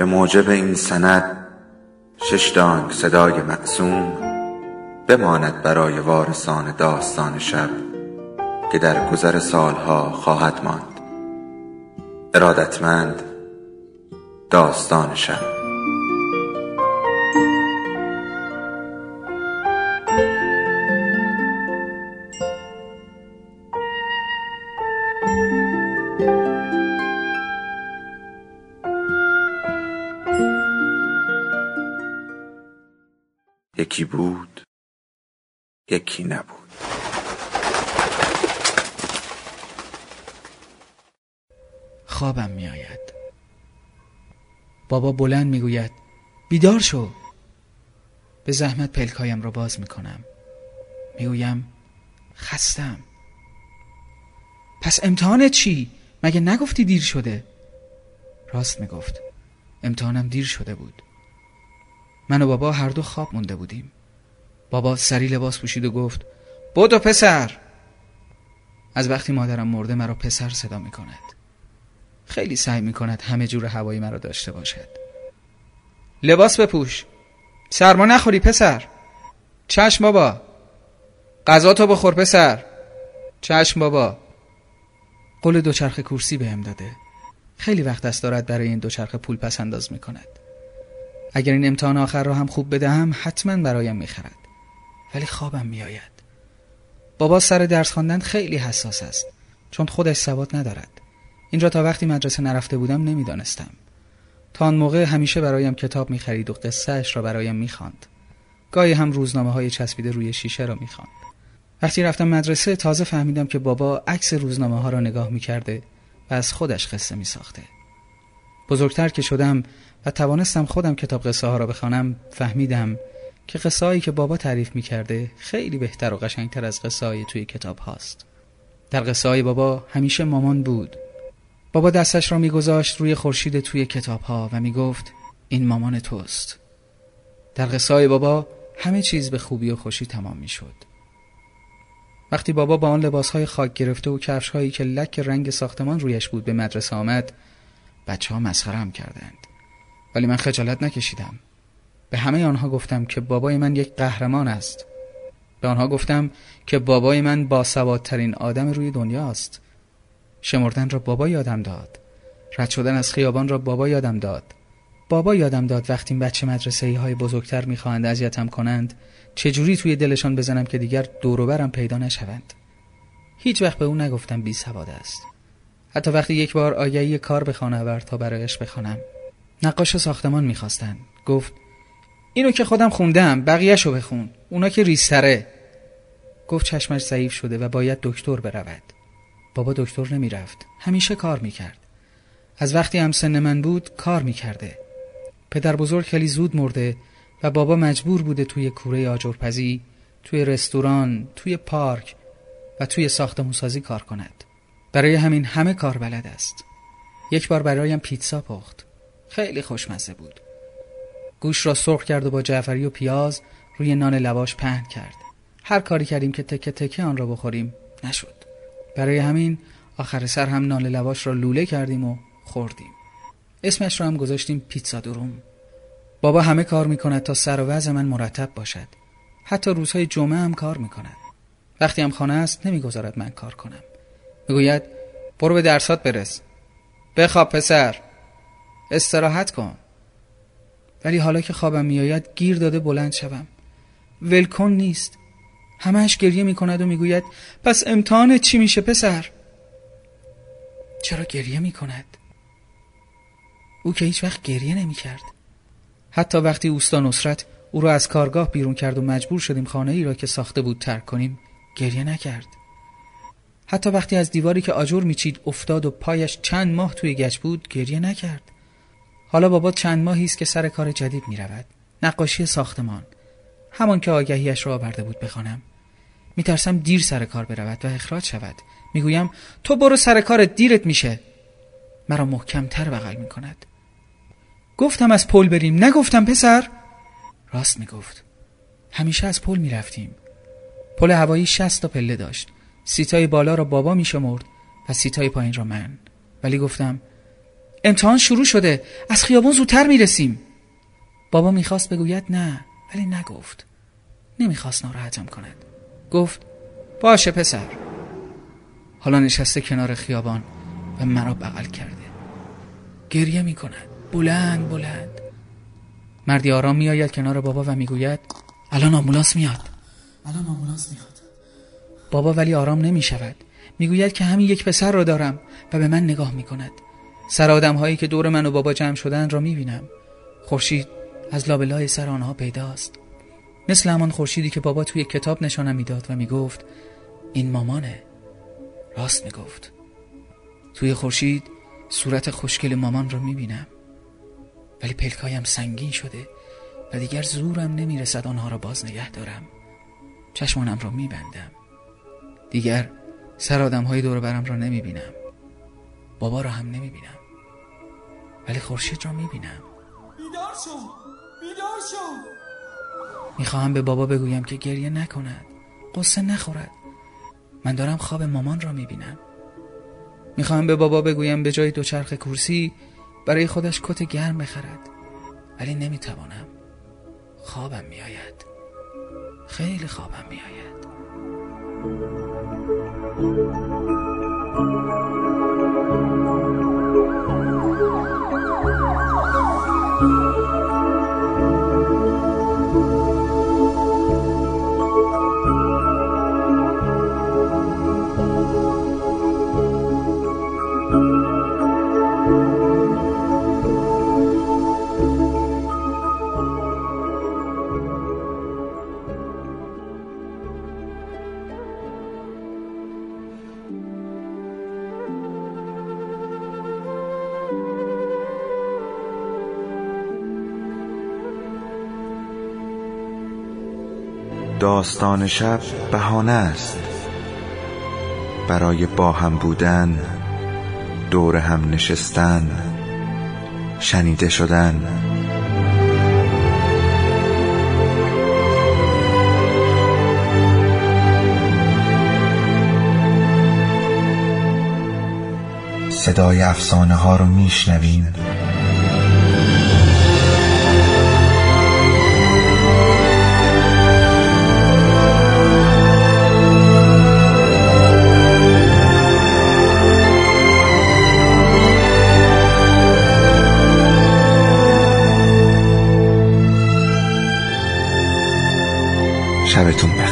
به موجب این سند 6 دانگ صدای معصوم بماند برای وارثان داستان شب که در گذر سالها خواهد ماند. ارادتمند، داستان شب. یکی بود، یکی نبود. خوابم می آید. بابا بلند می گوید بیدار شو. به زحمت پلکایم را باز می کنم. می گویم خستم. پس امتحانت چی؟ مگه نگفتی دیر شده؟ راست می گفت. امتحانم دیر شده بود. من و بابا هر دو خواب مونده بودیم. بابا سری لباس پوشید و گفت بدو پسر. از وقتی مادرم مرده مرا پسر صدا می کند. خیلی سعی می کند همه جور هوایی مرا داشته باشد. لباس بپوش، سرما نخوری پسر. چشم بابا. غذا تو بخور پسر. چشم بابا. قول دوچرخه کورسی بهم داده. خیلی وقت است دارد برای این دوچرخه پول پس انداز می کند. اگر این امتحان آخر را هم خوب بدهم حتما برایم میخرد. ولی خوابم میآید. بابا سر درس خواندن خیلی حساس است، چون خودش سواد ندارد. این را تا وقتی مدرسه نرفته بودم نمیدانستم. تا آن موقع همیشه برایم کتاب میخرید و قصه اش را برایم میخواند. گاهی هم روزنامه‌های چسبیده روی شیشه را میخواند. وقتی رفتم مدرسه تازه فهمیدم که بابا عکس روزنامه‌ها را نگاه میکرده و از خودش قصه میساخته. بزرگتر که شدم و توانستم خودم کتاب قصه ها را بخوانم فهمیدم که قصه هایی که بابا تعریف می کرده خیلی بهتر و قشنگتر از قصه های توی کتاب هاست. در قصه های بابا همیشه مامان بود. بابا دستش را می گذاشت روی خورشید توی کتاب ها و می گفت این مامان توست. در قصه های بابا همه چیز به خوبی و خوشی تمام می شد. وقتی بابا با آن لباس های خاک گرفته و کفش هایی که لک رنگ ساختمان رویش بود به مدرسه آمد، بچه ها مسخره‌ام کردند. ولی من خجالت نکشیدم. به همه آنها گفتم که بابای من یک قهرمان است. به آنها گفتم که بابای من باسوادترین آدم روی دنیاست. شمردن را بابا یادم داد. رد شدن از خیابان را بابا یادم داد. بابا یادم داد وقتی بچه مدرسه‌ای های بزرگتر میخواهند اذیتم کنند چجوری توی دلشان بزنم که دیگر دور و برم پیدا نشوند. هیچ وقت به او نگفتم بی سواد است. حتی وقتی یک بار آگهی کار به خانه آورد تا برایش بخوانم. نقاش ساختمان میخواستن. گفت اینو که خودم خوندم، بقیه‌شو بخون، اونا که ریزتره. گفت چشمش ضعیف شده و باید دکتر برود. بابا دکتر نمیرفت، همیشه کار میکرد. از وقتی هم سن من بود کار میکرده. پدر بزرگ خیلی زود مرده و بابا مجبور بوده توی کوره آجرپزی، توی رستوران، توی پارک و توی ساختمانسازی کار کند. برای همین همه کار بلد است. یک بار برایم پیتزا پخت. خیلی خوشمزه بود. گوش را سرخ کرد و با جعفری و پیاز روی نان لواش پهن کرد. هر کاری کردیم که تکه تکه آن را بخوریم نشد. برای همین آخر سر هم نان لواش را لوله کردیم و خوردیم. اسمش را هم گذاشتیم پیتزا دروم. بابا همه کار میکند تا سر و وضع من مرتب باشد. حتی روزهای جمعه هم کار میکند. وقتی هم خانه است نمیگذارد من کار کنم. میگوید برو به درسات برس. بخواب پسر. استراحت کن. ولی حالا که خوابم میآید گیر داده بلند شوم. ولکن نیست. همه‌اش گریه میکند و میگوید پس امتحانت چی میشه پسر؟ چرا گریه میکند؟ او که هیچ وقت گریه نمیکرد. حتی وقتی اوستا نصرت او را از کارگاه بیرون کرد و مجبور شدیم خانه ای را که ساخته بود ترک کنیم گریه نکرد. حتی وقتی از دیواری که آجر میچید افتاد و پایش چند ماه توی گچ بود گریه نکرد. حالا بابا چند ماهی است که سر کار جدید میرود. نقاشی ساختمان. همان که آگهیش را آورده بود بخوانم. میترسم دیر سر کار برود و اخراج شود. میگویم تو برو سر کار، دیرت میشه. مرا محکم‌تر بغل میکند. گفتم از پل بریم، نگفتم پسر؟ راست میگفت. همیشه از پل میرفتیم. پل هوایی 60 تا پله داشت. سیتای بالا را بابا میشمرد و سیتای پایین را من. ولی گفتم امتحان شروع شده، از خیابون زودتر میرسیم. بابا میخواست بگوید نه، ولی نگفت. نمیخواست ناراحتم کند. گفت باشه پسر. حالا نشسته کنار خیابان و مرا بغل کرده. گریه میکند بلند بلند. مردی آرام میآید کنار بابا و میگوید الان آمبولانس میاد. بابا ولی آرام نمیشود. میگوید که همین یک پسر را دارم و به من نگاه میکند. سر آدم هایی که دور من و بابا جمع شدن را میبینم. خورشید از لابلای سر آنها پیداست، مثل همان خورشیدی که بابا توی کتاب نشانم میداد و میگفت این مامانه. راست میگفت. توی خورشید صورت خوشگل مامان را میبینم، ولی پلکایم سنگین شده و دیگر زورم نمیرسد آنها را باز نگه دارم. چشمانم را میبندم. دیگر سر آدم های دور برم را نمیبینم. بابا را هم نمیبینم، ولی خورشید را میبینم. بیدار شو. میخواهم به بابا بگویم که گریه نکند، قصه نخورد. من دارم خواب مامان را میبینم. میخواهم به بابا بگویم به جای دوچرخه کرسی برای خودش کت گرم بخرد، ولی نمیتوانم. خوابم میآید، خیلی خوابم میآید. داستان شب بهانه است برای با هم بودن، دور هم نشستن، شنیده شدن. صدای افسانه ها رو میشنویم. شبتون بخیر.